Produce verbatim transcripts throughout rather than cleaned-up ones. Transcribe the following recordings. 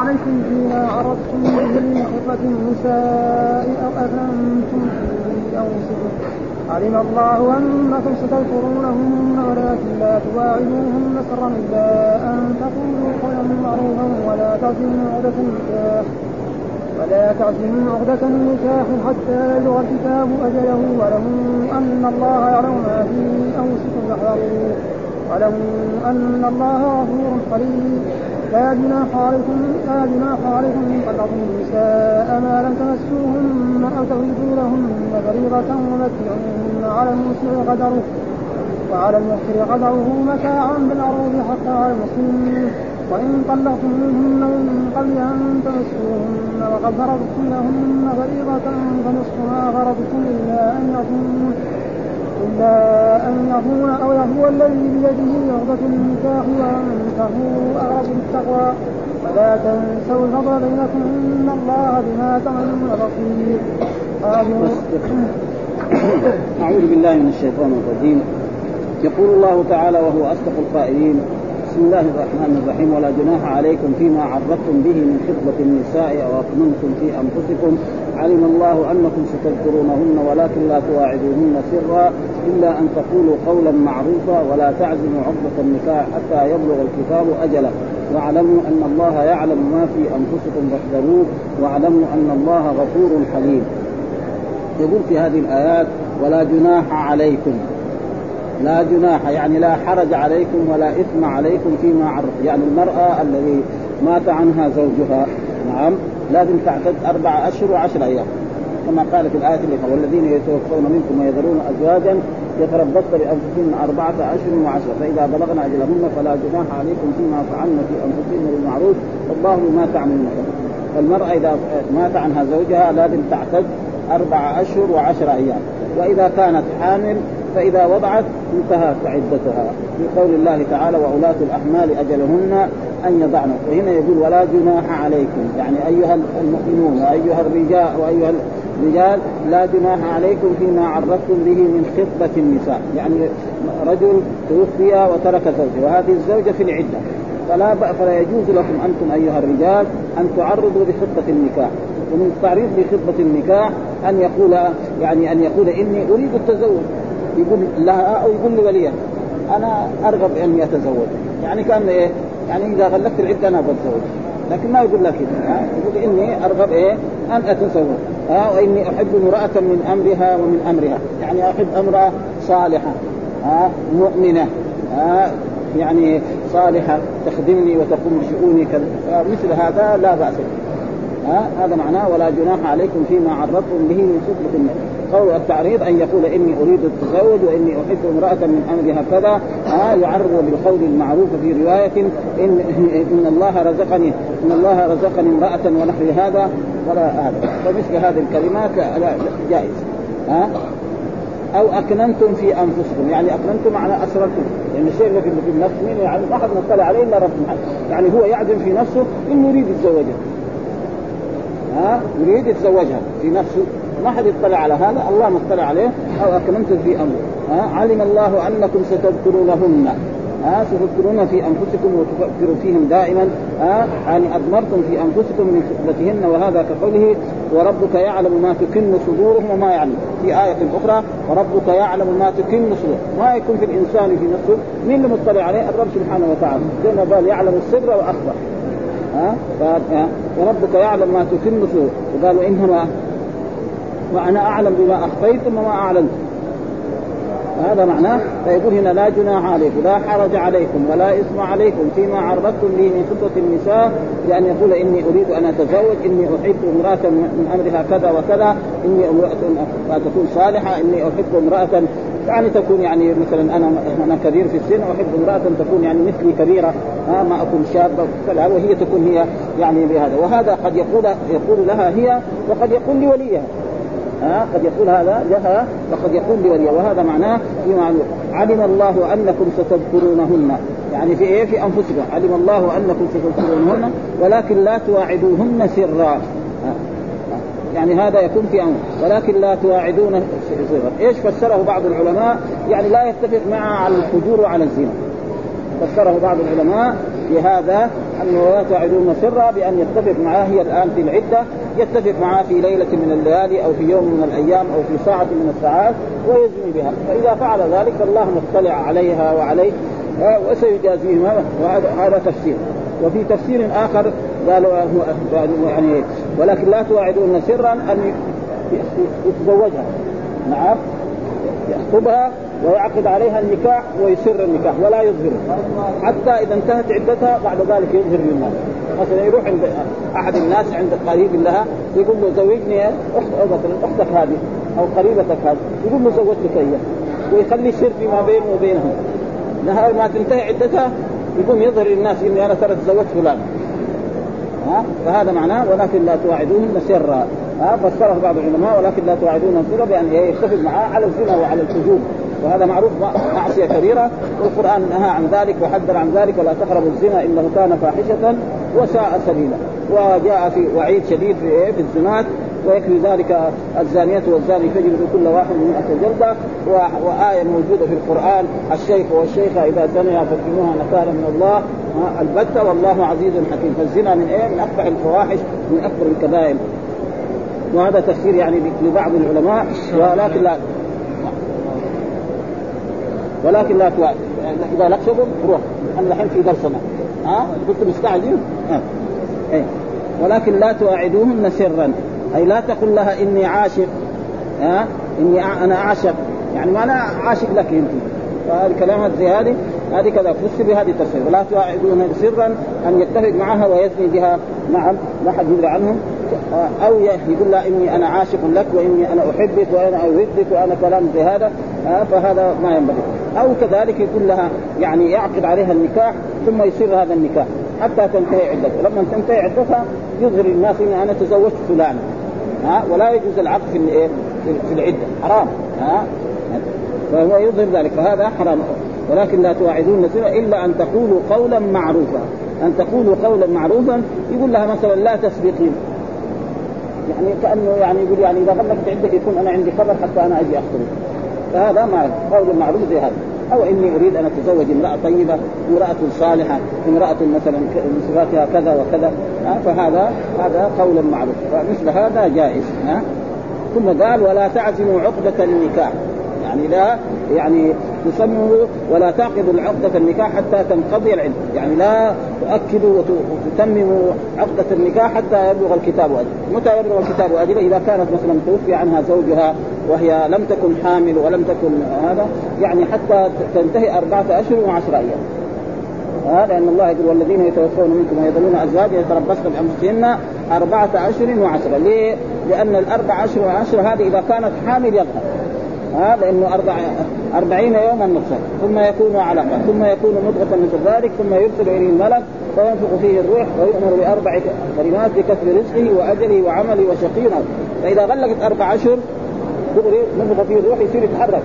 عليكم فيما عرضتم به من خطبة النساء أو أكنتم في أنفسكم علم الله أنكم ستذكرونهن ولكن لا تواعدوهن سرا إلا أن تقولوا قولا معروفا ولا تعزموا عقدة النكاح ولا تعزموا عقدة النكاح حتى يبلغ الكتاب أجله واعلموا أن الله يعلم ما في أنفسكم فاحذروه واعلموا أن الله غفور حليم. لا جناح عليكم لا جناح عليكم إن طلقتم النساء ما لم تمسوهن أو تفرضوا لهن فريضة ومتعوهن على المسيء قدره وعلى المحسن قدره متاعا بالمعروف حقا على المسلمين. وإن طلقتموهن من قبل أن تمسوهن وقد فرضتم لهن فريضة فنصف ما فرضتم إلا أن يكون إلا أن يكون أو يهو الذي بيده عقدة النكاح وأنتهوا أقرب للتقوى ولا تنسوا الفضل بينكم إن الله بما تعملون بصير. أعوذ بالله من الشيطان الرجيم. يقول الله تعالى وهو أصدق القائلين: بسم الله الرحمن الرحيم. ولا جناح عليكم فيما عرضتم به من خطبة النساء أو أكننتم في أنفسكم علم الله أنكم ستذكرونهن ولكن لا تواعدوهن سرا إلا أن تقولوا قولا معروفا ولا تعزموا عقدة النكاح حتى يبلغ الكتاب أجله واعلموا أن الله يعلم ما في أنفسكم فاحذروه واعلموا أن الله غفور حليم. يقول في هذه الآيات: ولا جناح عليكم. لا جناح يعني لا حرج عليكم ولا إثم عليكم فيما عرض، يعني المرأة الذي مات عنها زوجها نعم لازم تعتد أربع أشهر وعشر أيام كما قال في الآية اللي والذين يتوفون منكم ويذرون أزواجا يتربصن بأنفسهن أربعة أشهر وعشرة فإذا بلغن أجلهن فلا جناح عليكم فيما فعلن في أنفسهن بالمعروف والله بما تعملون. فالمرأة إذا مات عنها زوجها لازم تعتد أربع أشهر وعشر أيام، وإذا كانت حامل فإذا وضعت انتهت عدتها في قول الله تعالى: وأولاة الأحمال أجلهن أن يضعن. وهنا يقول: ولا جناح عليكم، يعني أيها المؤمنون وأيها الرجال وأيها الرجال لا جناح عليكم فيما عرضتم به من خطبة النساء، يعني رجل توفي وترك زوجه وهذه الزوجة في العدة فلا فلا يجوز لكم أنتم أيها الرجال أن تعرضوا بخطبة النكاح. ومن التعريض بخطبة النكاح أن يقول يعني أن يقول إني أريد التزوج، يقول لها أو يقول لوليها أنا أرغب أني أتزوج، يعني كان إيه يعني إذا غلقت العدة أنا بتزوج، لكن ما يقول لك كده، يقول إني أرغب إيه أن أتزوج ها وإني أحب امرأة من أمرها ومن أمرها، يعني أحب امرأة صالحة ها مؤمنة ها يعني صالحة تخدمني وتقوم بشؤوني كذا، مثل هذا لا بأس. ها هذا معناه ولا جناح عليكم فيما عرضتم به من خطبة النساء. قول التعريض أن يقول إني أريد التزوج وإني أحب امرأة من أمرها كذا، ها يعرض بالقول المعروف في رواية إن إن الله رزقني إن الله رزقني امرأة ونحو هذا ولا هذا، فمثل هذه الكلمات جائز. ها أو أكننتم في أنفسكم، يعني أكننتم معنى أسررتم، لأن يعني الشيء الذي في النفس من يعني ما حد مطلع عليه إلا رب العالمين، يعني هو يعزم في نفسه إنه يريد يتزوجها، ها يريد يتزوجها في نفسه، ما حد يطلع على هذا، الله مطلع عليه. أو أكننتم في أمر، ها علم الله أنكم ستذكرونهن، ها ستذكرون في أنفسكم وتفكروا فيهم دائما، ها يعني أضمرتم في أنفسكم من خطبتهن، وهذا كقوله: وربك يعلم ما تكن صدورهم وما يعلم، في آية أخرى: وربك يعلم ما تكن صدورهم. ما يكون في الإنسان في نفسه مين اللي مطلع عليه؟ الرب سبحانه وتعالى، زي ما قال يعلم السر وأخفى. ها وربك يعلم ما تكن صدورهم، وقالوا إنما وأنا أعلم بما أخفيتم وما أعلنتم، هذا معناه. فيقول هنا: لا جناح عليكم، لا حرج عليكم ولا إثم عليكم فيما عرضتم به من خطبة النساء، لأن يعني يقول إني أريد أن أتزوج، إني أحب امرأة من أمرها كذا وكذا، إني امرأة تكون صالحة، إني أحب امرأة يعني تكون يعني مثلا أنا أنا كبير في السن وأحب امرأة تكون يعني مثلي كبيرة، ها ما أكون شابة كذا، وهي تكون هي يعني بهذا. وهذا قد يقول يقول لها هي وقد يقول لوليها، ها قد يقول هذا لها وقد يقول لوليها، وهذا معناه في معلوم. علم الله أنكم ستذكرونهن، يعني في إيه في أنفسكم، علم الله أنكم ستذكرونهن ولكن لا تواعدوهن سرا، يعني هذا يكون في أمر، ولكن لا تواعدون سرا. إيش فسره بعض العلماء؟ يعني لا يتفق معه على الفجور وعلى الزنا، فسره بعض العلماء في هذا أنه لا تواعدون سرا بأن يتفق معاه هي الآن في العدة، يتفق معاه في ليلة من الليالي أو في يوم من الأيام أو في ساعة من الساعات ويزني بها. فإذا فعل ذلك الله مطلع عليها وعليه وسيجازيهم. وهذا تفسير. وفي تفسير آخر قالوا يعني ولكن لا تواعدون سرا أن يتزوجها، نعم، يخطبها ويعقد عليها النكاح ويسر النكاح ولا يظهر حتى إذا انتهت عدتها، بعد ذلك يظهر للناس. مثلا يروح عند أحد الناس عند قريب لها يقول له زوجني أخت مثلا أختك هذه أو قريبتك هذه، يقول له زوجتك إياه ويخلي سر فيما بينه وبينهم. نهار ما تنتهي عدتها يقوم يظهر للناس إني أنا ترى تزوجت فلان. ها فهذا معناه ولكن لا تواعدون سرا. ها فسره بعض العلماء ولكن لا تواعدون سرا بأن يتفق معاه على الزنا وعلى الفجور، وهذا معروف معصية كبيرة، والقرآن نهى عن ذلك وحذر عن ذلك ولا تقربوا الزنا إنه كان فاحشة وساء سبيلا. وجاء في وعيد شديد في في الزنات ويكفي ذلك الزانية والزاني فجلدوا كل واحد من مئة جلدة. وآية موجودة في القرآن الشيخ والشيخة إذا زنيا فاتقوها نكالا من الله البتة والله عزيز حكيم. فالزنا من إيه؟ من أكبر الفواحش من أكبر الكبائر. وهذا تفسير يعني لبعض العلماء. ولكن لا ولكن لا تواعد إذا لقشبوا روح أنا الحين في درسنا ها كنت مستعجل ها إيه. ولكن لا تواعدوهن سرا أي لا تقل لها إني عاشق ها إني أنا عاشق يعني ما أنا عاشق لك أنت. فهذه كلامات زي هذه هذه كذا فسر بهذه التفسير. ولا تواعدوهن سرا أن يتفق معها ويزني بها. نعم لا حد يدري عنهم. أو يقول لا إني أنا عاشق لك وإني أنا أحبك وأنا أودك وأنا كلام زي هذا فهذا ما ينبغي. أو كذلك يقول لها يعني يعقد عليها النكاح ثم يصير هذا النكاح حتى تنتهي عدتها. لما تنتهي عدتها يظهر الناس إني أنا تزوجت فلان ها ولا يجوز العقد في الإيه في العدة حرام ها فهو يظهر ذلك فهذا حرام. ولكن لا تواعدون سرا إلا أن تقولوا قولا معروفا. أن تقولوا قولا معروفا يقول لها مثلا لا تسبقين يعني كأنه يعني يقول يعني إذا غلقت عندك يكون أنا عندي خبر حتى أنا أجي أخطبك. فهذا ما قول معروف زي هذا. أو إني أريد أن أتزوج امرأة طيبة امرأة صالحة امرأة مثلا من صفاتها كذا وكذا فهذا هذا قول معروف. فمثل هذا جائز. ها ثم قال ولا تعزموا عقدة النكاح يعني لا يعني تسموا ولا تعقدوا العقدة النكاح حتى تنقضي العدة. يعني لا تؤكدوا وتتمموا عقدة النكاح حتى يبلغ الكتاب وأجل. متى يبلغ الكتاب وأجل؟ إذا كانت مثلا توفي عنها زوجها وهي لم تكن حامل ولم تكن هذا يعني حتى تنتهي أربعة أشهر وعشرة أيام. هذا لأن الله يقول والذين يتوفون منكم ويذرون أزواجا يتربصن بأنفسهن أربعة أشهر وعشرة. ليه؟ لأن الأربع أشهر وعشرة هذه إذا كانت حامل يظهر هذا إنه أربع أربعين يوما نطفة ثم يكون علقة ثم يكون مضغة مثل ذلك ثم يرسل إليه الملك فينفخ فيه الروح ويؤمر بأربع كلمات بكسب رزقه وأجله وعمله وشقي. فإذا غلقت أربع أشهر دغري نفخ فيه الروح يصير يتحرك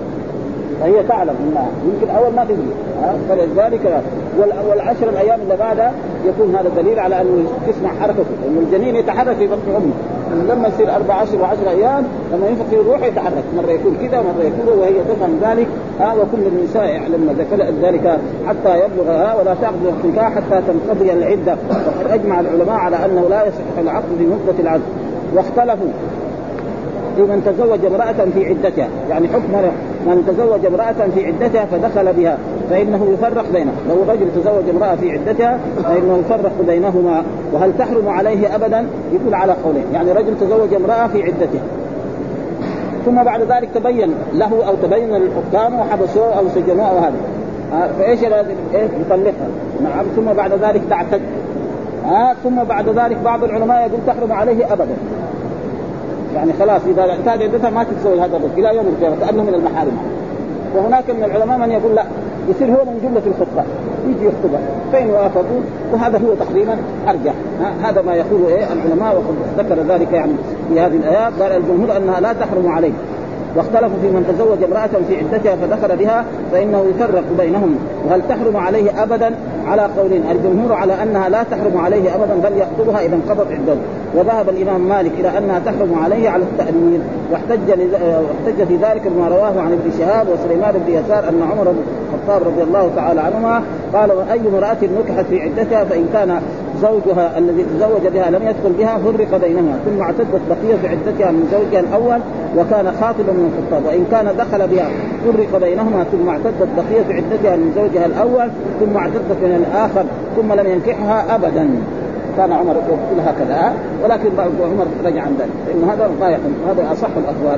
فهي تعلم منها يمكن أول ما تدري. فلذلك والعشر الأيام اللي بعدها يكون هذا دليل على أنه تسمع حركته لأن الجنين يتحرك في بطن أمه. لما يصير أربع عشر وعشر أيام لما ينفخ فيه الروح يتحرك مرة يكون كذا مرة يكون وهي تفهم ذلك. ها وكل النساء يعلمن ذلك حتى يبلغها ولا تعقد النكاح حتى تنقضي العدة. وقد أجمع العلماء على أنه لا يصح العقد في مدة العقد. واختلفوا في من تزوج امرأة في عدتها يعني حكم من تزوج امرأة في عدتها فدخل بها فإنه يفرق بينه. لو رجل تزوج امرأة في عدتها فإنه يفرق بينهما. وهل تحرم عليه أبدا؟ يقول على قولين. يعني رجل تزوج امرأة في عدتها ثم بعد ذلك تبين له أو تبين للحكام وحبسوه أو سجنوه أو هذا فإيش لازم إيه يطلقها. نعم ثم بعد ذلك تعتد. آه ثم بعد ذلك بعض العلماء يقول تحرم عليه أبدا يعني خلاص إذا انتهت عدتها ما تتزوج هذا الرجل إلى يوم القيامة كأنه من المحارم. وهناك من العلماء من يقول لا يصير هو من جملة الخطبة يجي يخطبها فإن وافقوا وهذا هو تقريبا أرجح. هذا ما يقول إيه العلماء وقد ذكر ذلك يعني في هذه الآيات. قال الجمهور أنها لا تحرم عليه واختلفوا في من تزوج امرأة في عدتها فدخل بها فإنه يفرق بينهم، وهل تحرم عليه أبدا على قولين. الجمهور على أنها لا تحرم عليه أبدا بل يخطبها إذا انقضت عدته، وذهب الإمام مالك إلى أنها تحرم عليه على التأنيث، واحتج واحتج في ذلك بما رواه عن ابن شهاب وسليمان بن يسار أن عمر بن الخطاب رضي الله تعالى عنهما قال: أي امرأة نكحت في عدتها فإن كان زوجها الذي تزوج بها لم يدخل بها فرق بينهما، ثم اعتدت بقية في عدتها من زوجها الأول وكان خاطبا من الخطاب، وإن كان دخل بها فرق بينهما، ثم اعتدت بقية في عدتها من زوجها الأول ثم اعتدت من الآخر ثم لم ينكحها أبدا. كان عمر يقول هكذا، ولكن بعض عمر رجع عن ذلك، لأن هذا غاية، هذا أصح الأقوال،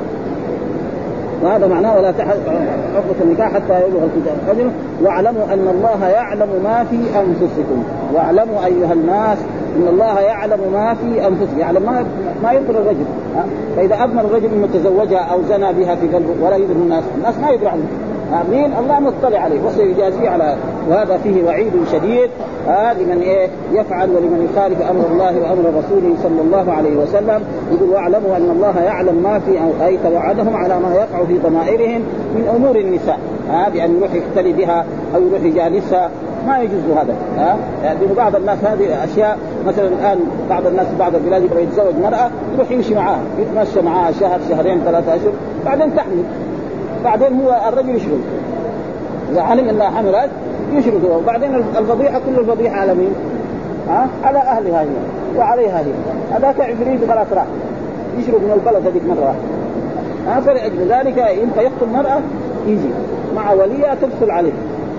وهذا معناه ولا تحرق النكاح حتى يبلغ الرجل. واعلموا أن الله يعلم ما في أنفسكم، واعلموا أيها الناس إن الله يعلم ما في أنفسكم، يعلم ما ما يدري الرجل، فإذا أضمن الرجل أنه تزوجها أو زنى بها في قلبه ولا يدري الناس، الناس ما يدري عنه، مين؟ الله مطلع عليه وسيجازيه على. وهذا فيه وعيد شديد آه لمن إيه يفعل ولمن يخالف أمر الله وأمر رسوله صلى الله عليه وسلم. يقول: واعلموا أن الله يعلم ما في أو أي توعدهم على ما يقع في ضمائرهم من أمور النساء، آه بأن يروح يختلي بها أو يروح يجالسها، ما يجوز هذا. ها يعني بعض الناس هذه أشياء، مثلا الآن بعض الناس في بعض البلاد يبغى يتزوج مرأة يروح يمشي معاها يتمشى معاها شهر شهرين ثلاثة أشهر، بعدين تحمل، بعدين هو الرجل يشغل، إذا علم أنها حملت يشغل هو، وبعدين الفضيحة كل الفضيحة على مين؟ ها على أهلها هي وعليها هي. هذاك عفريت خلاص راح يشغل من البلد هذيك مرة واحدة. ها فلأجل ذلك ينفع يقتل مرأة يجي مع وليها تدخل عليه،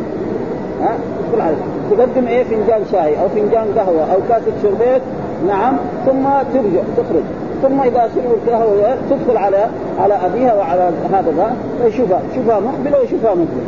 ها تدخل عليه تقدم ايه فنجان شاي او فنجان قهوه او كاسه شربات، نعم، ثم ترجع تخرج، ثم اذا شربوا القهوه تدخل على على ابيها وعلى هذا فيشوفها شوفها مقبله ويشوفها مقبله،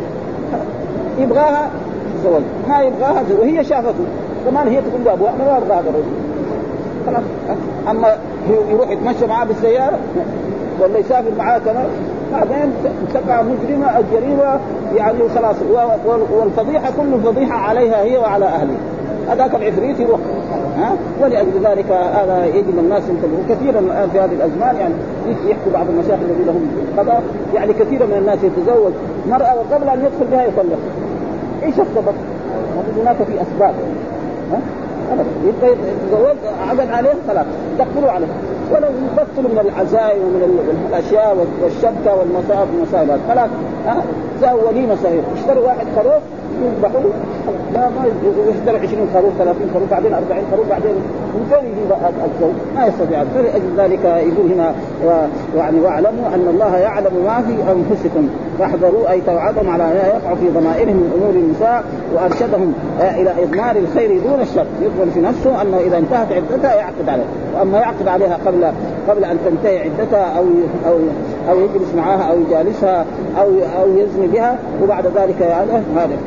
يبغاها زوج ما يبغاها زوج، وهي شافته كمان هي تقول له ابوها ما ارضى هذا الرجل خلاص. اما يروح يتمشى معاه بالسياره ولا يسافر معاه كمان، بعدين تقع مجرمة الجريمة يعني خلاص، والفضيحة كل الفضيحة عليها هي وعلى أهلها. هذاك العفريت يروح، ها ولأجل ذلك هذا يجب الناس ينتبهوا كثيرا الآن في هذه الأزمان. يعني يحكوا بعض المشايخ الذين لهم قضاء، يعني كثير من الناس يتزوج مرأة وقبل أن يدخل بها يطلق. إيش السبب؟ هناك في أسباب، ها يبقى يتزوج عقد عليه خلاص تقبلوا عليه، ولو يبطلوا من العزايم ومن الاشياء والشبكه والمصائب والمصائب خلاص. ها سووا وليمه صغيره، اشتروا واحد خروف يذبحوا، لا ما يشتروا عشرين خروف ثلاثين خروف بعدين أربعين خروف، بعدين من فين يجيب الزوج؟ ما يستطيع. فلأجل ذلك يقول هنا يعني واعلموا ان الله يعلم ما في انفسكم فاحذروا اي توعدهم على ما يقع في ضمائرهم من امور النساء، وارشدهم الى اضمار الخير دون الشر، يقبل في نفسه انه اذا انتهت عدتها يعقد عليها، واما يعقد عليها قبل قبل ان تنتهي عدتها او او او يجلس معها او يجالسها او او يزني بها وبعد ذلك يعني هذا.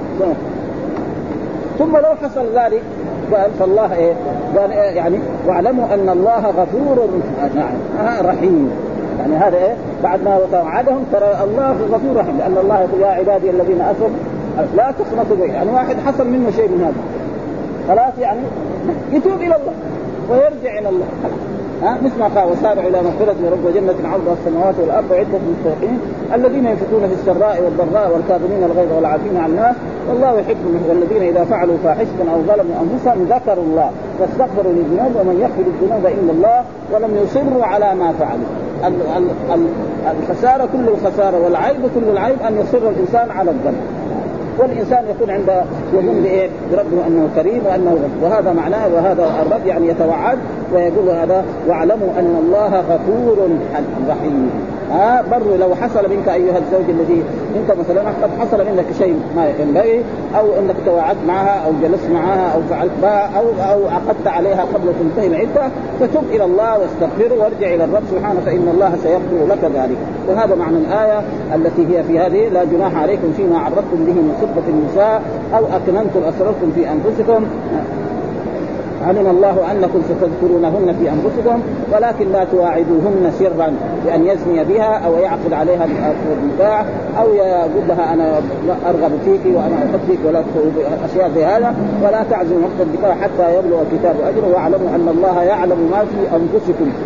ثم لو حصل ذلك قال فالله ايه قال إيه يعني واعلموا ان الله غفور نعم رحيم، يعني هذا ايه بعد ما توعدهم ترى الله غفور رحيم، لان الله يقول: يا عبادي الذين اسرفوا لا تقنطوا. يعني واحد حصل منه شيء من هذا خلاص يعني يتوب الى الله ويرجع الى الله، ها مثل ما قال: وسارعوا الى مغفرة من رب وجنة عرضها السماوات والارض عدة للمتقين الذين ينفقون في السراء والضراء والكاظمين الغيظ والعافين عن الناس والله يحب والذين اذا فعلوا فاحشة او ظلموا انفسهم ذكروا الله فاستغفروا للذنوب ومن يغفر الذنوب الا الله ولم يصروا على ما فعلوا. الخسارة كل الخسارة والعيب كل العيب ان يصر الانسان على الذنب، والإنسان يكون عند يظن بإيه بربه أنه كريم وأنه غفور، وهذا معناه. وهذا الرب يعني يتوعد ويقول هذا واعلموا أن الله غفور رحيم. ها بر لو حصل منك أيها الزوج الذي أنت مثلا قد حصل منك شيء ما ينبغي، أو أنك توعدت معها أو جلست معها أو فعلت بها أو أو عقدت عليها قبل تنتهي العدة، فتب إلى الله واستغفره وارجع إلى الرب سبحانه فإن الله سيغفر لك ذلك. وهذا معنى الآية التي هي في هذه: لا جناح عليكم فيما عرضتم به من خطبة النساء أو أكننتم أسررتم في أنفسكم علم الله أنكم ستذكرونهن في أنفسكم ولكن لا تواعدوهن سرا بأن يزني بها أو يعقد عليها النكاح أو يقول لها أنا أرغب فيك وأنا أحبك ولا أشياء زي هذا، ولا تعزموا وقت النكاح حتى يبلغ الكتاب أجله واعلموا أن الله يعلم ما في أنفسكم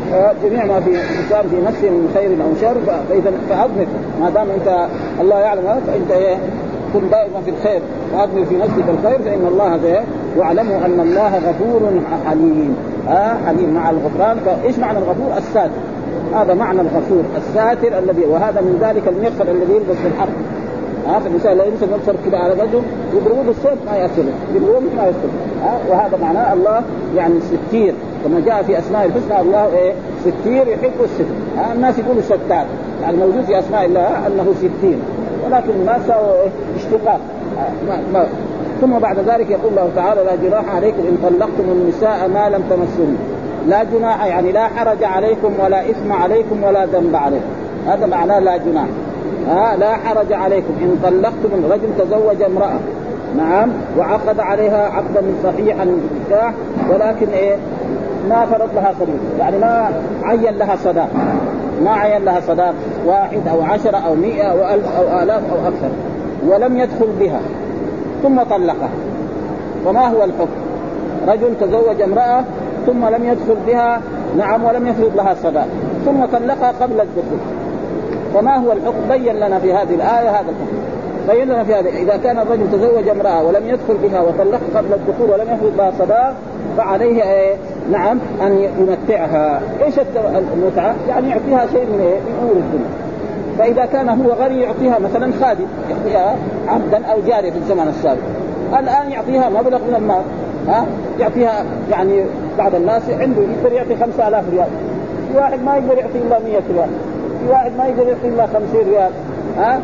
جميع ما في الإنسان في نفسه من خير أو شر فإذا فأضمر ما دام أنت الله يعلم فأنت إيه كن دائما في الخير وأضمر في نفسك الخير فإن الله ذا واعلموا أن الله غفور حليم. آه حليم مع الغفران. فإيش معنى الغفور؟ الساتر. هذا معنى الغفور الساتر الذي وهذا من ذلك المغفر الذي يلبس في الحرب. ها فالإنسان لا يمسك مبصر كده على رجل يضربوه بالسيف ما يأثره يضربوه ما يأثره. ها وهذا معناه الله يعني ستير كما جاء في أسماء الحسنى الله إيه ستير يحب الستر. ها الناس يقولوا ستار يعني موجود في أسماء الله أنه ستير ولكن ما سوى اشتقاق. ما ما ثم بعد ذلك يقول الله تعالى لا جناح عليكم إن طلقتم النساء ما لم تمسوهن. لا جناح يعني لا حرج عليكم ولا إثم عليكم ولا ذنب عليكم. هذا معناه لا جناح. آه لا حرج عليكم إن طلقتم الرجل تزوج امرأة نعم وعقد عليها عقدا صحيحا بالنكاح ولكن إيه ما فرض لها فريضة يعني ما عين لها صداق ما عين لها صداق واحد أو عشرة أو مئة أو ألف أو آلاف أو أكثر ولم يدخل بها ثم طلقها. وما هو الحكم؟ رجل تزوج امرأة ثم لم يدخل بها نعم ولم يفرض لها صداق ثم طلقها قبل الدخول. فما هو الحكم؟ بين لنا في هذه الآية هذا الحكم. بين لنا في هذه إذا كان الرجل تزوج امرأة ولم يدخل بها وطلقها قبل الدخول ولم يفرض لها صداق فعليه إيه؟ نعم أن يمتعها. إيش المتعة؟ يعني يعطيها شيء من إيه؟ من أمور الدنيا. فإذا كان هو غني يعطيها مثلا خادم يعطيها عبدا أو جارية في الزمن السابق. الآن يعطيها مبلغ من المال ها يعطيها يعني بعض الناس عنده يقدر يعطي خمسة آلاف ريال في واحد ما يقدر يعطي إلا مية ريال في واحد ما يقدر يعطي إلا خمسين ريال. ها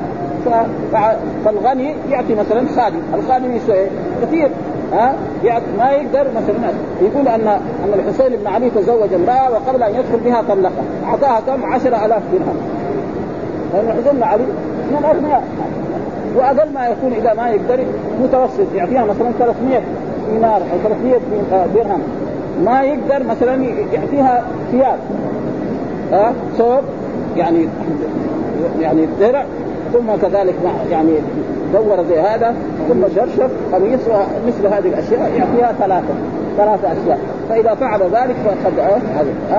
فالغني يعطي مثلا خادم الخادم يسوي كثير ها يعطي ما يقدر مثلا يقول أن أن الحسين بن علي تزوج امرأة وقبل أن يدخل بها طلقها أعطاها كم عشرة آلاف درهم. لأن الحسين بن علي من الأغنياء وأقل ما يكون إذا ما يقدر متوسط يعطيها مثلا ثلاثمائة دينار أو ثلاثمائة درهم ما يقدر مثلا يعطيها ثياب ها ثوب يعني يعني درع ثم كذلك يعني دور زي هذا ثم شرشف قميص مثل هذه الأشياء يعطيها ثلاثة ثلاثة أشياء. فإذا فعل ذلك فقد هذا.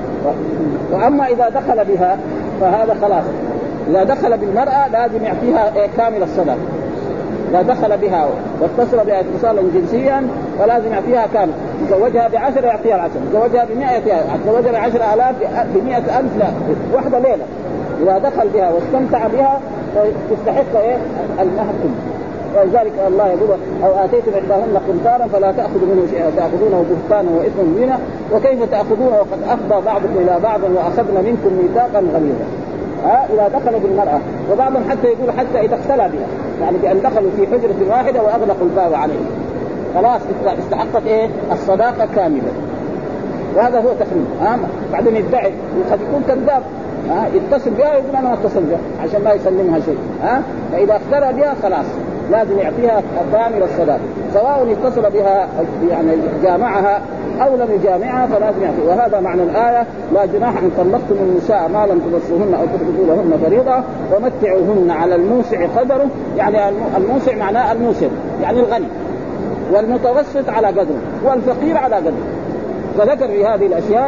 وأما إذا دخل بها فهذا خلاص. إذا دخل بالمرأة لازم يعطيها كامل الصداق. إذا دخل بها واتصل بها اتصالا جنسيا فلازم يعطيها كامل. تزوجها بعشرة يعطيها العشرة تزوجها بمئة يعطيها تزوجها بعشرة آلاف بمئة ألف لا واحدة ليلة. إذا دخل بها واستمتع بها تستحق إيه المهر كله. ولذلك الله يقول أو آتيتم إحداهن قنطارا فلا تأخذوا منه شيئا تأخذونه بهتانا وإثما مبينا وكيف تأخذونه وقد أفضى بعضكم إلى بعض وأخذنا منكم ميثاقا غليظا. ها إذا دخل بالمرأة وبعضهم حتى يقول حتى إذا اختلى بها يعني بأن دخلوا في حجرة واحدة وأغلقوا الباب عليه خلاص استحقت إيه الصداقة كاملة. وهذا هو تخمين. ها بعدين يدعي قد يكون كذاب ها يتصل بها يقول أنا اتصل بها عشان ما يسلمها شيء. ها فإذا اختلى بها خلاص لازم يعطيها كامل الصداقة سواء اتصل بها يعني جامعها أو لم يجامعها فلازم يعطي. وهذا معنى الآية لا جناح إن طلقتم النساء ما لم تمسوهن أو تفرضوا لهن فريضة ومتعوهن على الموسع قدره. يعني الموسع معناه الموسر يعني الغني والمتوسط على قدره والفقير على قدره. فذكر في هذه الأشياء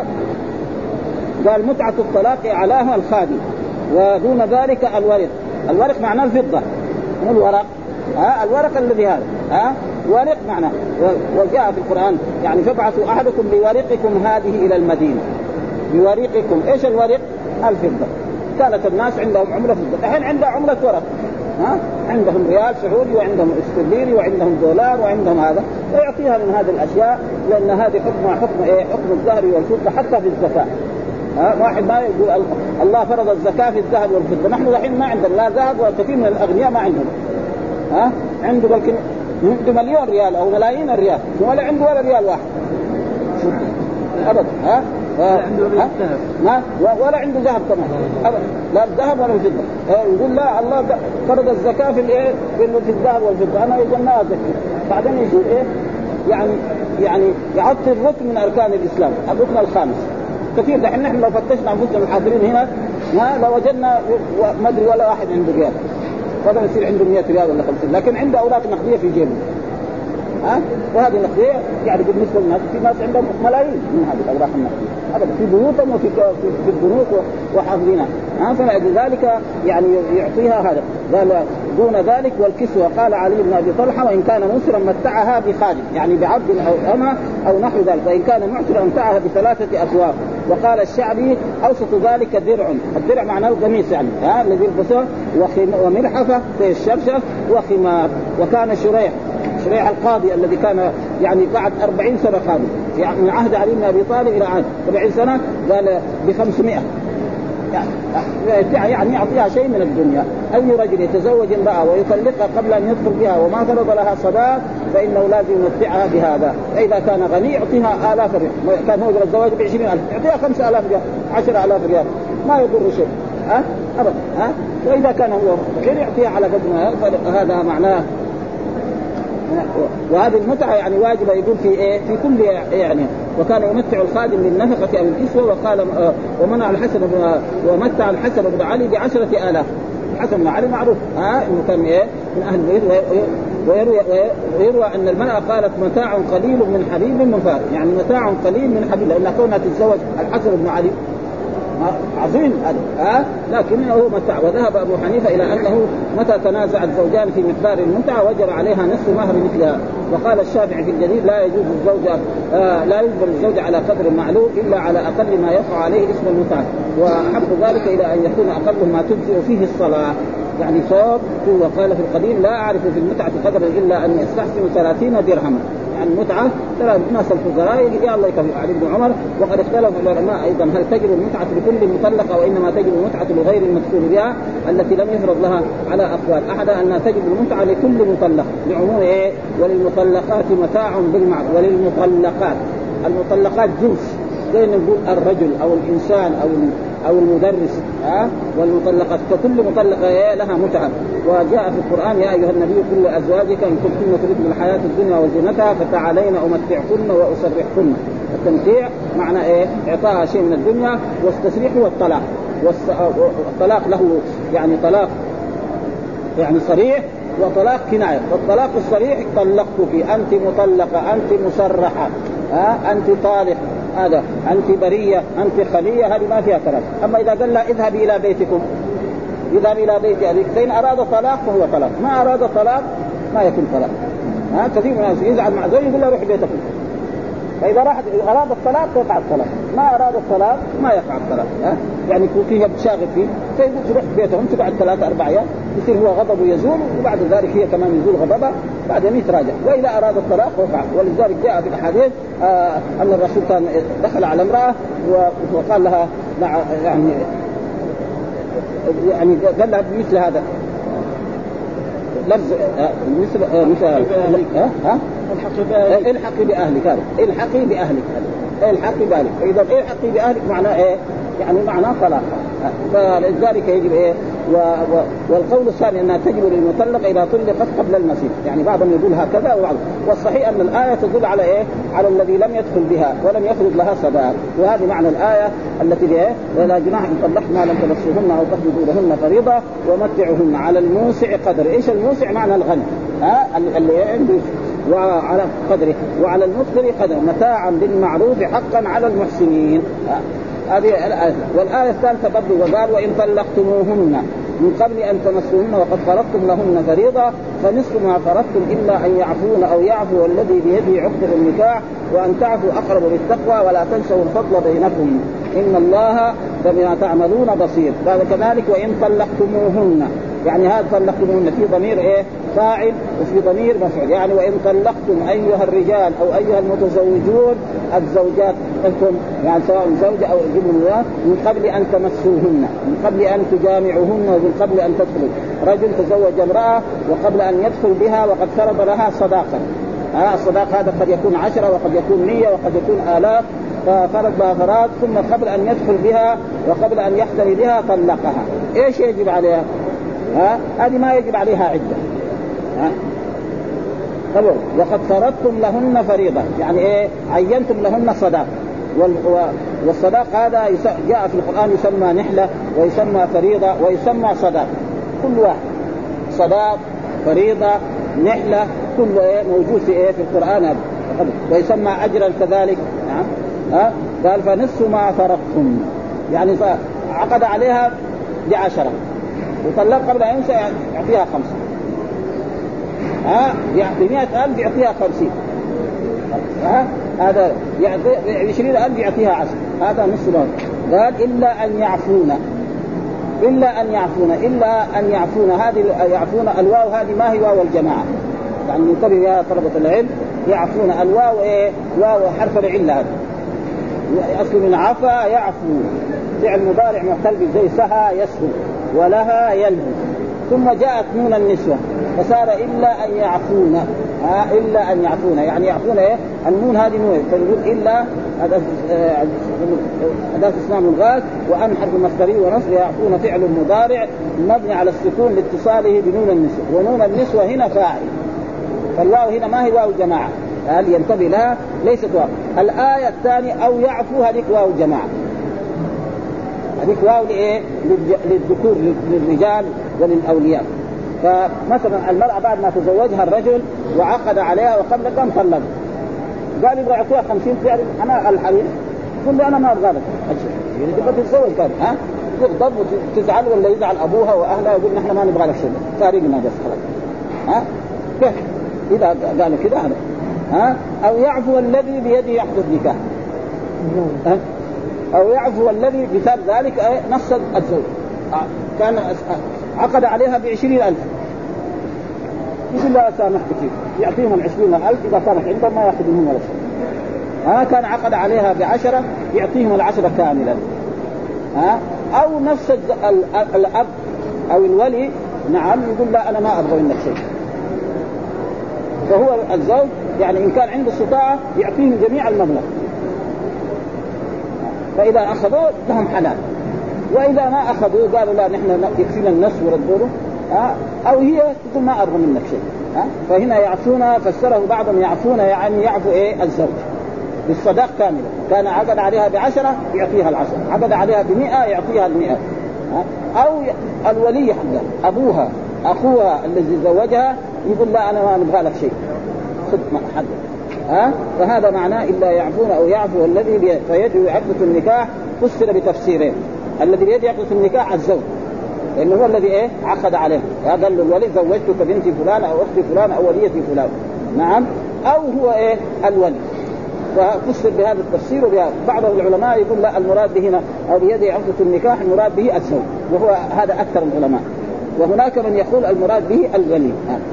قال متعة الطلاق أعلاها الخادم ودون ذلك الورق. الورق معناه الفضة مو الورق. ها الورق الذي هذا ها ورق معناه وجاء في القرآن يعني فابعثوا أحدكم بورقكم هذه إلى المدينة. بورقكم إيش الورق؟ الفضة. كانت الناس عندهم عملة فضة الحين عندها عملة ورق. ها عندهم ريال سعودي وعندهم استرليني وعندهم دولار وعندهم هذا ويعطيها من هذه الأشياء لأن هذه حكم حكم إيه حكم الذهب والفضة حتى في الزكاة. ها واحد ما يقول الله فرض الزكاة في الذهب والفضة. نحن الحين ما عندنا لا ذهب وكثير من الأغنياء ما عندهم ها عنده بلكن عنده مليون ريال أو ملايين الريال ولا عنده ولا ريال واحد أبدا. ها ما ولا عنده ذهب كمان أبدا لا الذهب ولا الفضة. يقول لا الله فرض الزكاة في الإيه في الذهب والفضة أنا يجمع زكاة بعدين يصير إيه يعني يعني يعطي الركن من أركان الإسلام الركن الخامس. كثير دحين نحن لو فتشنا أنفسنا الحاضرين هنا ما لو وجدنا ما أدري ولا واحد عنده ريال بدل يصير عنده مئة ريال ولا خمسين لكن عنده أوراق نقدية في جيبه. ها وهذه النقديه يعني بالنسبه للناس في ناس عندهم ملايين من هذه الاوراق النقديه ابدا في بيوتهم وفي في البنوك وحافظينها ها فلذلك يعني يعطيها هذا قال دون ذلك والكسوة. قال علي بن ابي طلحه وان كان مسرا متعها بخادم يعني بعبد او اما او نحو ذلك وان كان معسرا متعها بثلاثه اثواب. وقال الشعبي اوسط ذلك درع الدرع معناه القميص يعني ها الذي يلبسه وملحفه في الشرشف وخمار. وكان شريح شريح القاضي الذي كان يعني بعد أربعين سنة قاضي يعني من عهد علي بن أبي طالب إلى عهد أربعين سنة قال بخمسمائة يعني يعني يعطيها شيء من الدنيا. أي رجل يتزوج امرأة ويطلقها قبل أن يدخل بها وما فرض لها صداق فإنه لازم يمتعها بهذا. فإذا كان غني يعطيها آلاف ريال كان هو الزواج بعشرين ألف يعطيها خمسة آلاف ريال عشرة آلاف ريال ما يضر شيء ها أبدا ها. وإذا كان هو غير يعطيها على قد ما هذا معناه. وهذه المتعة يعني واجبة يقول في إيه في كل يعني. وكان يمتع الخادم للنفقة أو الكسوة. وقال ومنع الحسن ومتع الحسن بن علي بعشرة آلاف. الحسن بن علي معروف ها إنه كان إيه من أهل البيت. ويروى, ويروى أن المرأة قالت متاع قليل من حبيب من فارق يعني متاع قليل من حبيب لأن كونها تتزوج الحسن بن علي عظيم هذا ها لكنه هو متاع. وذهب أبو حنيفة إلى أنه متى تنازع الزوجان في مقدار المتعة وجر عليها نصف مهر مثلها. وقال الشافعي في الجديد لا يجوز الزوجة آه لا يجبر الزوج على قدر معلوم إلا على أقل ما يقع عليه اسم المتعة. وحق ذلك إلى أن يكون أقل ما تجزئ فيه الصلاة يعني صوب. وقال في القديم لا أعرف في المتعة قدرا إلا أن يستحسن ثلاثين درهما يعني المتعة ترى الناس الفقراء يا الله يكفي علي بن عمر. وقد اختلف العلماء أيضا هل تجب المتعة لكل مطلقة وإنما تجب المتعة لغير المدخول بها التي لم يفرض لها على أقوال. أحد أنها تجب المتعة لكل مطلق لعموم إيه وللمطلقات متاع بالمعروف. وللمطلقات المطلقات جنس زي نقول الرجل أو الإنسان أو أو المدرس ها والمطلقات فكل مطلقة لها متعة. وجاء في القرآن يا أيها النبي كل أزواجك إن كنتن تردن الحياة الدنيا وزينتها فتعالين أمتعكن وأسرحكن. التمتيع معنى إيه إعطاها شيء من الدنيا. والتسريح هو الطلاق. والطلاق له يعني طلاق يعني صريح وطلاق كناية. والطلاق الصريح طلقتك أنت مطلقة أنت مسرحة ها أنت طالق هذا أنت برية أنت خلية هذه ما فيها كلام. أما إذا قال لا اذهب إلى بيتكم يذهب إلى بيت أبيك فإن أراد طلاق فهو طلاق ما أراد طلاق ما يكون طلاق. ها كثير من الناس يزعل مع زوجه يقول له روح بيتكم. فإذا راح أراد الطلاق يقع الطلاق ما أراد الطلاق ما يقع الطلاق ها يعني يكون فيها بتشاغل فيه فيقول تروح بيتهم تقعد ثلاثة أربع أيام يصير هو غضبه يزول وبعد ذلك هي كمان يزول غضبها بعدين يتراجع. وإذا أراد الطلاق وقع. ولذلك جاء في الأحاديث آه أن الرسول كان دخل على امرأة وقال لها يعني يعني قال لها مثل هذا لفظ مثل مثل ها ها الحقي بأهلك هذا الحقي بأهلك الحقي بأهلك. فإذا الحقي بأهلك معناه إيه يعني معناه طلاق. فلذلك يجب إيه و... و... والقول الثاني أنها تجب للمطلقة إذا طلقت قبل المسيح يعني بعضهم يقول هكذا وبعض. والصحيح أن الآية تدل على إيه على الذي لم يدخل بها ولم يفرض لها صداق. وهذه معنى الآية التي بها ولا جناح إن طلقتم ما لم تمسوهن أو تفرضوا لهن فريضة ومتعوهن على الموسع قدر. إيش الموسع معنى الغني ها اللي عنده وعلى قدره وعلى المقتر قدر متاعا بالمعروف حقا على المحسنين. هذه الآية. والآية الثالثة برضو وقال وإن طلقتموهن من قبل أن تمسوهن وقد فرضتم لهن فريضة فنصف ما فرضتم إلا أن يعفون أو يعفو الذي بيده عقدة النكاح وأن تعفوا أقرب للتقوى ولا تنسوا الفضل بينكم إن الله بما تعملون بصير. هذا كذلك وإن طلقتموهن يعني هذا طلقتموهن في ضمير إيه فاعل وفي ضمير مفعول يعني وإن طلقتم أيها الرجال أو أيها المتزوجون الزوجات لكم يعني سواء زوجة أو ابن من قبل أن تمسوهن من قبل أن تجامعوهن ومن قبل أن تدخلوا. رجل تزوج امرأة وقبل أن يدخل بها وقد فرض لها صداقة ها الصداق هذا قد يكون عشرة وقد يكون مية وقد يكون آلاف ففرض لها فراد ثم قبل أن يدخل بها وقبل أن يحتمي بها طلقها. إيش يجب عليها؟ ها هذه ما يجب عليها عدة ها طبعا. وقد فرضتم لهن فريضة يعني إيه عينتم لهن صداق. والصداق هذا جاء في القرآن يسمى نحلة ويسمى فريضة ويسمى صداق كل واحد صداق فريضة نحلة كله إيه موجود في إيه في القرآن هذا، ويسمى أجرا كذلك. نعم ها قال فنصف ما فرضتم، يعني عقد عليها بعشرة وطلق قبل أن ينسى يعطيها خمسة، ها يعطي مئة ألف يعطيها خمسين، ها هذا يعطي عشرين ألف يعطيها عشر، هذا نصف ما. قال إلا أن يعفون، إلا أن يعفون، إلا أن يعفون. هذه يعفون الواو هذه ما هي واو الجماعة، يعني انتبه يا طلبة العلم، يعفون الواو إيه واو حرف العلة، هذا أصل من عفا يعفو، فعل مضارع معتل زي سها يسهو ولها يلهو، ثم جاءت نون النسوة فصار إلا أن يعفون، ها إلا أن يعفون يعني يعفون إيه النون هذه نون، فنقول إلا أداة اسمها ملغاة، وأن حرف مصدري ونصب، يعفون فعل مضارع مبني على السكون لاتصاله بنون النسوة، ونون النسوة هنا فاعل، فالواو هنا ما هي واو جماعة، هل ينتبه لها ليست واو. الآية الثانية أو يعفو هذيك واو جماعة، هذيك واو لإيه للذكور للرجال وللأولياء. فمثلا المرأة بعد ما تزوجها الرجل وعقد عليها وقبل كم طلق، قال يبغى يعطيها خمسين سعر أنا الحريم، كل أنا ما أبغى لك يعني تبغى تتزوج كان ها تغضب وتزعل ولا يزعل أبوها وأهلها يقول نحن ما نبغى لك شيء فارقنا بس خلاص، ها كيف إذا قال كده هذا، ها أو يعفو الذي بيده يحدث نكاح، ها أو يعفو الذي مثال ذلك نص الزوج كان عقد عليها بعشرين ألف، يقول لا سامحتك يعطيهم العشرين ألف إذا كانت عندهم ما يأخذ منهم ولا شيء، ها كان عقد عليها بعشرة يعطيهم العشرة كاملا، ها أو نفس الأب أو الولي نعم يقول لا أنا ما أبغى منك شيء، فهو الزوج يعني إن كان عنده استطاعة يعطيهم جميع المبلغ، فإذا أخذوا لهم حلال، وإذا ما أخذوا قالوا لا نحن يكفينا النص وردوله، أو هي تقول ما أبغى منك شيء، فهنا يعفون فسره بعضهم يعفون يعني يعفو إيه الزوج بالصداق كاملة، كان عقد عليها بعشرة يعطيها العشرة، عقد عليها بمئة يعطيها المئة، أو الولي حقها أبوها أخوها الذي زوجها يقول لا أنا ما نبغى لك شيء خذ حقك، ها فهذا معناه إلا يعفون أو يعفو الذي فيده عقدة النكاح. فسر بتفسيرين، الذي بيده عقدة النكاح الزوج لأنه هو الذي إيه عقد عليه، قال له الولي زوجتك بنتي فلان أو أختي فلان أو وليتي فلان، نعم، أو هو إيه الولي، ففسر بهذا التفسير. بعض العلماء يقول لا المراد به هنا أو بيده عقدة النكاح المراد به الزوج، وهو هذا أكثر العلماء، وهناك من يقول المراد به الولي.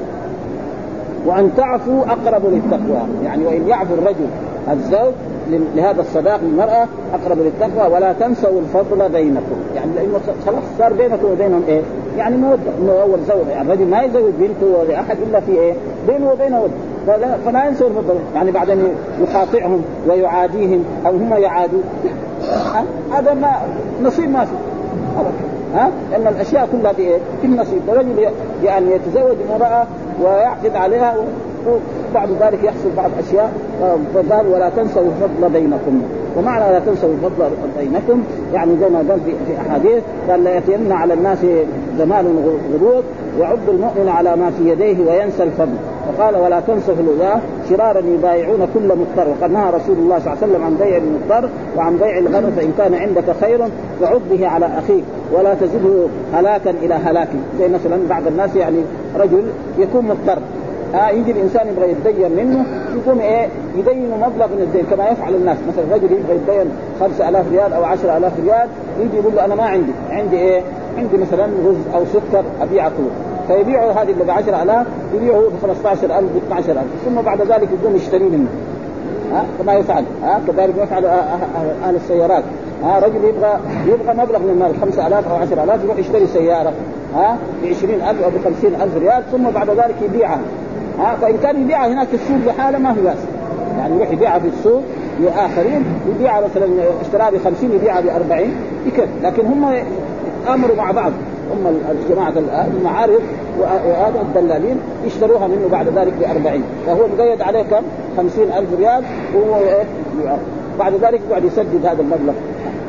وأن تعفوا أقرب للتقوى، يعني وإن يعفو الرجل الزوج لهذا الصداق للمرأة أقرب للتقوى، ولا تنسوا الفضل بينكم، يعني لأنه خلاص صار بينكم وبينهم إيه يعني مودة، إنه أول زوج يعني الرجل ما يزوج بنته ولا أحد إلا في إيه بينه وبينه ودة، فلا, فلا ينسوا الفضل، يعني بعدين يقاطعهم ويعاديهم أو هم يعادوا، هذا ما نصيب ما فيه، ها لأن الأشياء كلها في إيه في النصيب. الرجل يعني يتزوج امرأة ويعقد عليها وبعد ذلك يحصل بعض أشياء، فقال ولا تنسوا الفضل بينكم، ومعنى لا تنسوا الفضل بينكم يعني زي ما قال في أحاديث قال لا يأتين على الناس زمان غروب يعض المؤمن على ما في يديه وينسى الفضل، وقال ولا تنسوا في الولاة شرارا يبايعون كل مضطر، وقد نهى رسول الله صلى الله عليه وسلم عن بيع المضطر وعن بيع الغنم، فإن كان عندك خير فعض به على أخيك ولا تزده هلاكا إلى هلاكه. زي مثلا بعض الناس يعني رجل يكون مضطر، آه يجي الإنسان يبغى يتدين منه يقوم إيه يدين مبلغ من الدين كما يفعل الناس، مثلا رجل يبغى يتدين خمسة آلاف ريال أو عشرة آلاف ريال يجي يقول له أنا ما عندي عندي إيه عندي مثلا رز أو سكر أبيعه، فيبيعوا هذه اللي بعشرة آلاف يبيعه بخمسة عشر ألف باثنى عشر ألف، ثم بعد ذلك يقوم يشتري منه، ها آه كما يفعل ها آه كذلك يفعل أهل السيارات، ها آه رجل يبغى يبغى مبلغ من المال خمسة آلاف أو عشرة آلاف يروح يشتري سيارة ها بعشرين ألف أو بخمسين ألف ريال، ثم بعد ذلك يبيعها، ها فإن كان يبيعها هناك في السوق بحالة ما هي بأس، يعني يروح يبيعها في السوق لآخرين يبيعها مثلا اشتراها بخمسين يبيعها بأربعين يكف، لكن هم أمروا مع بعض هم الجماعة المعارف وهذا الدلالين يشتروها منه بعد ذلك بأربعين، فهو مقيد عليه كم خمسين ألف ريال، وهو بعد ذلك يقعد يسدد هذا المبلغ،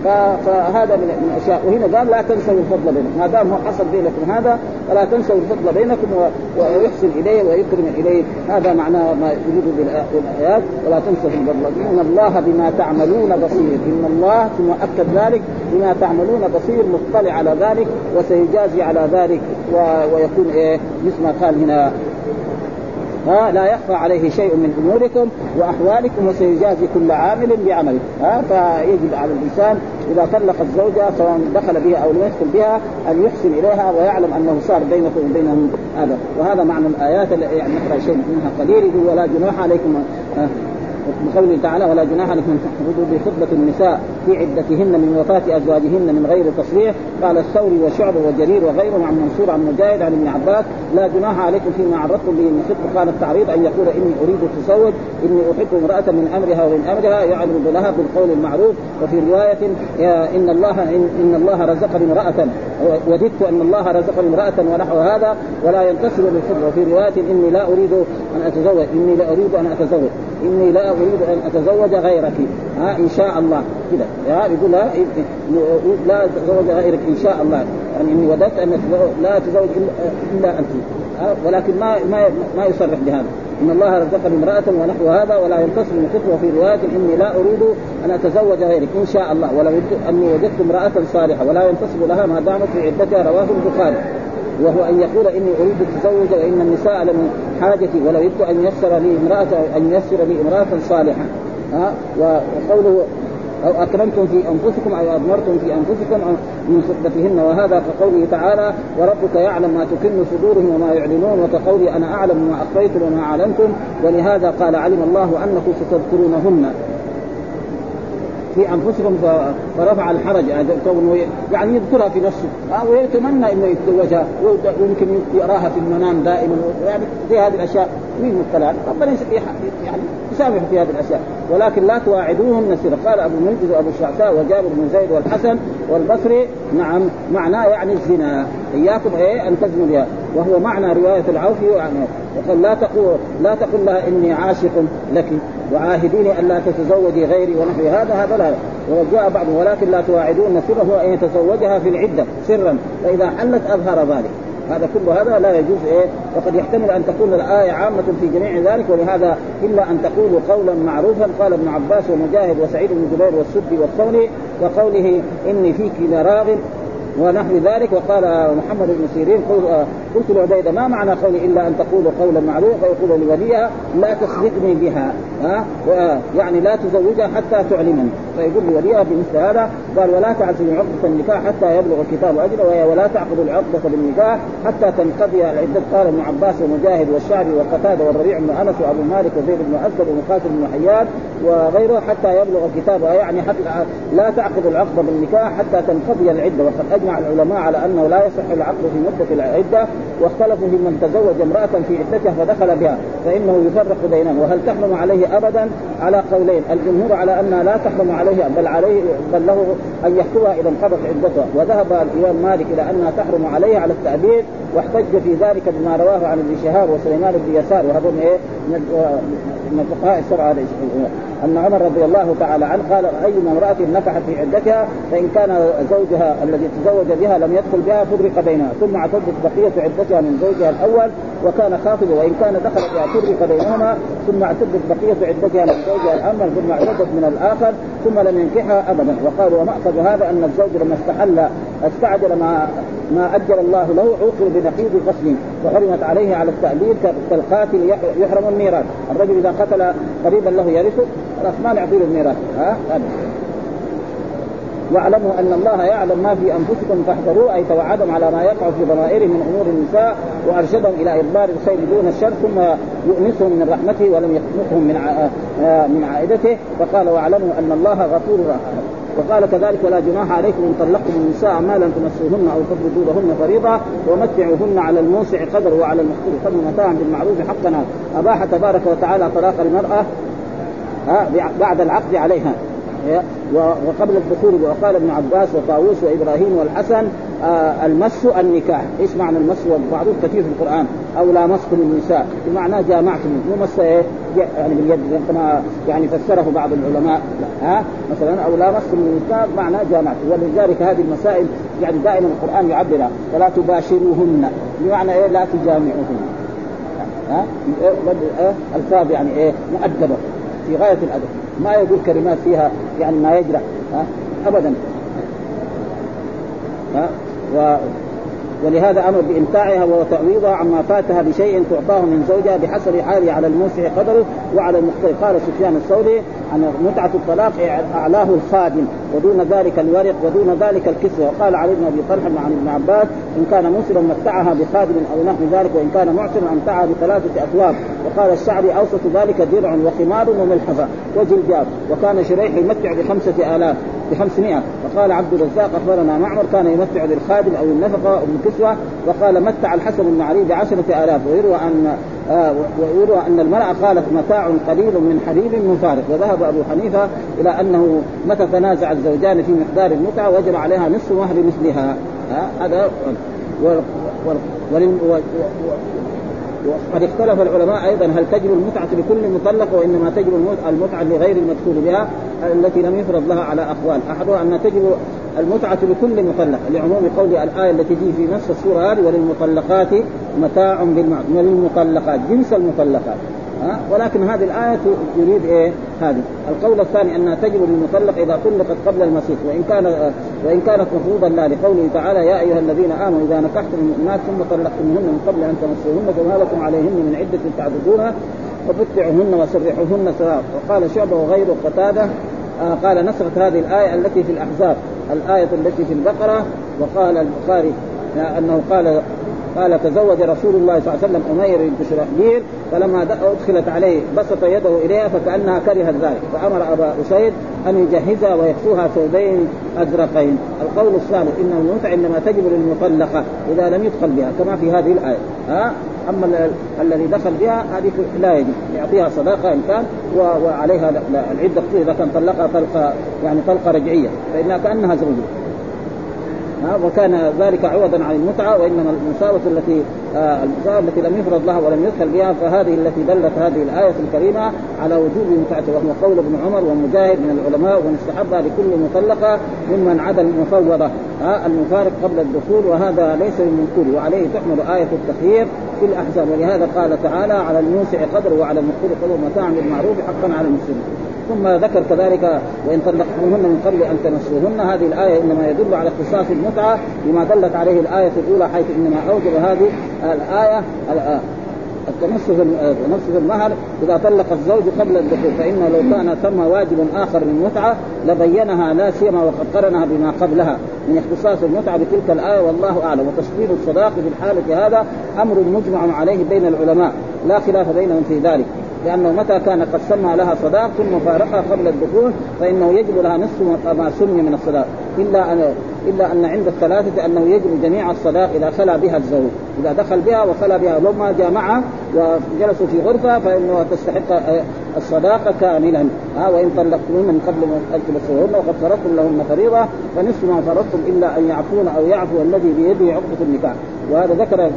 فهذا من الأشياء. وهنا قال لا تنسوا الفضل بينكم، ما دام حصل بينكم هذا فلا تنسوا الفضل بينكم ويحسن إليه ويكرم إليه. هذا معناه ما يريد بالآيات ولا تنسوا الفضل. إن الله بما تعملون بصير، إن الله ثم أكد ذلك بما تعملون بصير، مطلع على ذلك وسيجازي على ذلك. ويكون إيه مثل ما قال هنا ها لا يخفى عليه شيء من أموركم وأحوالكم وسيجازي كل عامل بعمله. ها فيجب على الإنسان إذا طلق الزوجة سواء دخل بها أو لم يدخل بها أن يحسن إليها ويعلم أنه صار بينكم وبينهم هذا. وهذا معنى الآيات يعني نقرأ شيء منها قليل. ولا جناح عليكم بقوله تعالى ولا جناح عليكم أن تحفظوا بخطبة النساء في عدتهن من وفاة أزواجهن من غير تصريح. قال الثوري وشعبة وجرير وغيرهم عن منصور عن مجاهد عن ابن عباس لا جناح عليكم فيما عرضتم به من خطبة. قال التعريض أن يقول إني أريد التزوج، إني أحب امرأة من أمرها ومن أمرها يعرض لها بالقول المعروف. وفي رواية إن الله إن الله رزقني امرأة وددت أن الله رزقني امرأة ونحو هذا ولا ينتصر للخطبة. وفي رواية إني لا أريد أن أتزوج إني لا أريد أن أتزوج إني لا أريد أن أتزوج غيرك ها إن شاء الله كده. يا يقول لا لا أتزوج غيرك إن شاء الله، يعني إني وددت أن لا أتزوج إلا أنت، ولكن ما ما ما يصرح بهذا. إن الله رزقني امرأة ونحو هذا ولا ينتصر من خطبة. وفي رواية إني لا أريد أن أتزوج غيرك إن شاء الله ولو أني وجدت امرأة صالحة ولا ينتصر لها ما دامت في عدتها. رواه البخاري. وهو أن يقول إني أريد التزوج وإن النساء لمن حاجتي ولو يريد أن يسر لي امرأة أن يسر لي امرأة صالحة. ها وقوله أو أكرمتم في أنفسكم أو أضمرتم في أنفسكم من خطبتهن. وهذا كقوله تعالى وربك يعلم ما تكن صدورهم وما يعلنون، وكقولي أنا أعلم ما أخفيتم وما أعلنتم. ولهذا قال علم الله أنكم ستذكرونهن في أنفسكم فرفع الحرج، يعني يذكرها في نفسه أو يتمنى إنه يتزوجها ويمكن يراها في المنام دائما، يعني زي هذه الأشياء مين مطلع ربنا يعني يسامح في هذه الأشياء. ولكن لا تواعدوهن سرا. قال أبو المنذر وأبو الشعثاء وجابر بن زيد والحسن والبصري نعم معناه يعني الزنا، إياكم إيه أن تزنوا بها. وهو معنى رواية العوفي وقال لا تقول لا تقل لها إني عاشق لك وعاهديني أن لا تتزوجي غيري ونحو هذا هذا لا. وجاء بعض ولكن لا تواعدون سرا هو أن يتزوجها في العدة سرا فإذا حلت أظهر ذلك. هذا كله هذا لا يجوز إيه. وقد يحتمل أن تكون الآية عامة في جميع ذلك. ولهذا إلا أن تقولوا قولا معروفا. قال ابن عباس ومجاهد وسعيد بن جبير والسدي والثوري وقوله إني فيك لراغب ونحو ذلك. وقال محمد بن سيرين قلت لعبيدة ما معنى قولي إلا أن تقولوا قولا معروفا ويقول لوليها لا تصدقني بها ها يعني لا تزوجها حتى تعلمني. فيقول لوليها بمثل هذا. قال ولا تعزموا عقدة النكاح حتى يبلغ الكتاب أجله ولا تعقدوا العقدة بالنكاح حتى تنقضي العدة. قال ابن عباس ومجاهد والشعبي وقتادة والربيع بن أنس وأبو مالك وزيد بن أسد ومقاتل بن حيان وغيره حتى يبلغ الكتاب، يعني حتى لا تعقد العقد بالنكاح حتى تنقضي العدة. وقد أجمع العلماء على أنه لا يصح العقد في مدة العدة. واختلفوا في من تزوج امرأة في عدتها فدخل بها فإنه يفرق بينهم وهل تحرم عليه أبدا على قولين. الجمهور على أنها لا تحرم عليه بل عليه بل له أن يخطبها إذا انقضت عدتها. وذهب الإمام مالك إلى أنها تحرم عليه على التأبيد واحتج في ذلك بما رواه عن ابن شهاب وسليمان بن يسار وهذا إيه من الفقهاء السبعة أن عمر رضي الله تعالى عنه قال أيما امرأة نكحت في عدتها فإن كان زوجها الذي تزوج بها لم يدخل بها فرق بينها ثم اعتدت بقية عدتها من زوجها الأول وكان خاطبا وإن كان دخل بها فرق بينهما ثم اعتدت بقية عدتها من زوجها الأول ثم اعتدت من الآخر ثم لم ينكحها أبدا. وقالوا ومأخذ هذا أن الزوج لما استحل استعجل ما ما أجل الله له عوقب بنقيض غصب وحرمت عليه على التأبيد كالقاتل يحرم الميراث. الرجل إذا قتل قريبا له يرثه خلاص ما نعطيه الميراث. ها واعلموا أن الله يعلم ما في أنفسكم فاحذروا أي توعدهم على ما يقع في ضمائرهم من أمور النساء وأرشدهم إلى إدبار الخير دون الشر ثم يؤنسهم من رحمته ولم يخنقهم من من عائدته. فقال واعلموا أن الله غفور رحيم. وقال كذلك ولا جناح عليكم إن طلقتم النساء ما لم تمسوهن أو تفرضوا لهن فريضة ومتعوهن على الموسع قدر وعلى المقتور قدر متاعا بالمعروف حقنا. أباح تبارك وتعالى طلاق المرأة بعد العقد عليها وقبل الدخول. وقال ابن عباس وطاووس وإبراهيم والحسن آه المس النكاح. ايش معنى المس؟ وبعضهم كثير في القرآن او لامستم النساء بمعنى جامعتم، مو مس يعني باليد كما يعني فسره بعض العلماء، ها مثلا او لامستم النساء بمعنى جامعتم. ولذلك هذه المسائل يعني دائما القرآن يعبرها ولا تباشروهن بمعنى ايه لا تجامعوهن، ها الفاظ يعني ايه مؤدبه في غايه الادب، ما يقول كلمات فيها يعني ما يجرح ها ابدا ها. و ولهذا امر بامتاعها وتعويضها عما فاتها بشيء تعطاه من زوجها بحسب حاله على الموسع قدره وعلى المختار. قال سفيان الثوري عن متعه الطلاق اعلاه الخادم ودون ذلك الورق ودون ذلك الكسوه. وقال علي بن ابي طلحه عن ابن عباس ان كان مسرا متعها بخادم او نحو ذلك وان كان معسرا امتعها بثلاثه اثواب. وقال الشعبي اوسط ذلك درع وخمار وملحفه وجلجاب. وكان شريح يمتع بخمسه آلاف بخمسمائة. وقال عبد الرزاق اخبرنا معمر كان يمتع بالخادم او النفقه او الكسوه. وقال متع الحسن بن علي بعشرة آلاف. ويروى ان آه ويروى ان المرأة قالت متاع قليل من حليب مفارق. وذهب ابو حنيفه الى انه متى تنازع الزوجان في مقدار المتعه وجب عليها نصف مهر مثلها. هذا وقد اختلف العلماء ايضا هل تجب المتعه لكل مطلق وانما تجب المتعه لغير المدخول بها التي لم يفرض لها على اقوال. احدها ان تجب المتعه لكل مطلق لعموم قول الايه التي تجي في نفس السوره هذه وللمطلقات متاع بالمعروف. وللمطلقات جنس المطلقات ها. ولكن هذه الآية يريد إيه هذه. القول الثاني أنها تجب للمطلق إذا طلقت قبل المسيح وإن كان وإن كانت مفروضا لا لقوله تعالى يا أيها الذين آمنوا إذا نكحتم المؤمنات ثم طلقتموهن من قبل أن تمسوهن فما لكم عليهن من عدة تعتدونها ومتعوهن وسرحوهن سواء. وقال شعبة وغير قتادة آه قال نسخت هذه الآية التي في الأحزاب الآية التي في البقرة. وقال البخاري أنه قال قال تزوج رسول الله صلى الله عليه وسلم أمير بنت شرحبيل فلما أدخلت عليه بسط يده إليها فكأنها كرهت ذلك فأمر أبا أسيد أن يجهزها ويكسوها ثوبين أزرقين. القول الثالث إن المتعة إنما تجب للمطلقة إذا لم يدخل بها كما في هذه الآية ها. أما الذي دخل بها هذه لا يجب يعطيها صداقة إن كان وعليها العدة إذا كان طلقها طلقة يعني طلقة رجعية فإنها كأنها زوجة. وكان ذلك عوضا عن المتعة. وإنما المساوة التي آه المساوة التي لم يفرض لها ولم يدخل بها فهذه التي دلت هذه الآية الكريمة على وجوب متعته وهو قول ابن عمر ومجاهد من العلماء ومن استحبها لكل مطلقة ممن عدا المفوضة آه المفارق قبل الدخول وهذا ليس بالمنكور وعليه تحمل آية التخيير في الأحزاب. ولهذا قال تعالى على الموسع قدره وعلى المقتول قدره متاعا بالمعروف حقا على المسلمين. ثم ذكر كذلك وإن طلقتموهن من قبل أن تمسوهن. هذه الآية إنما يدل على اختصاص المتعة بما دلت عليه الآية الأولى حيث إنما أوجب هذه الآية التمسك المهر إذا طلق الزوج قبل الدخول فإنه لو كان ثم واجب آخر للمتعة لبينها لا سيما وقد قرنها بما قبلها من اختصاص المتعة بتلك الآية والله أعلم. وتشديد الصداق في الحالة هذا أمر مجمع عليه بين العلماء لا خلاف بينهم في ذلك لأنه متى كان قد سمى لها صداق ثم فارقها قبل الدخول فإنه يجب لها نصف ما سمي من الصداق إلا أن إلا أن عند الثلاثة أنه يجب جميع الصداق إذا خلا بها الزوج إذا دخل بها وخلا بها لما جامعها وجلسوا في غرفة فإنه تستحق الصداقة كاملا ها. وإن طلقتموهن من قبل أن تمسوهن وقد فرضتم لهن فريضة فنصف ما فرضتم إلا أن يعفون أو يعفو الذي بيده عقدة النكاح. وهذا ذكر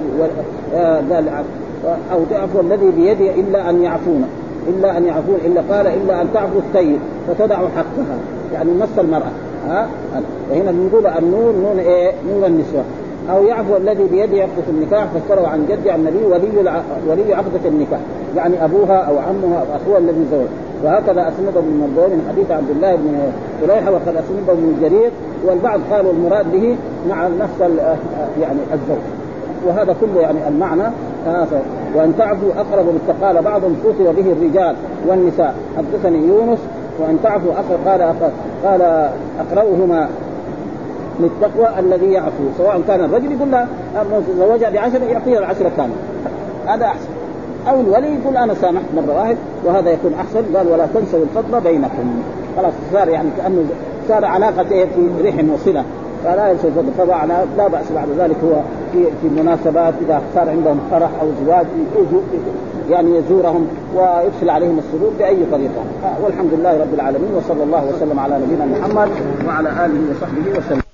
أو تعفو الذي بيده إلا أن يعفون إلا أن يعفون إلا قال إلا أن تعفو الثيب فتدع حقها يعني نص المرأة ها. وهنا نقول النور نون إيه نور النسوة. أو يعفو الذي بيده عقدة النكاح فسره عن جد عن النبي ولي الع... ولي عقدة النكاح يعني أبوها أو عمها أو أخوها الذي زوج. وهكذا أسنده ابن مردوي من حديث عبد الله بن فليحة وقد أسنده ابن جرير والبعض قالوا المراد به مع نفس يعني الزوج. وهذا كله يعني المعنى آه وأن تعفوا أقرب للتقال بعضهم فوتر به الرجال والنساء. حدثني يونس وأن تعفوا أقرب قال أقرب قال أقربهما للتقوى الذي يعفو سواء كان الرجل يقول له زوجها بعشرة يعطيها العشرة كاملة هذا أحسن أو الولي يقول أنا سامحت مرة واحد وهذا يكون أحسن. قال ولا تنسوا الفضل بينكم خلاص صار يعني كأنه صار علاقة في رحم وصلة فلا ينسوا الفضل. طبعا لا بأس بعد ذلك هو في في مناسبات إذا صار عندهم فرح أو زواج يعني يزورهم ويدخل عليهم السرور بأي طريقة. والحمد لله رب العالمين وصلى الله وسلم على نبينا محمد وعلى آله وصحبه وسلم.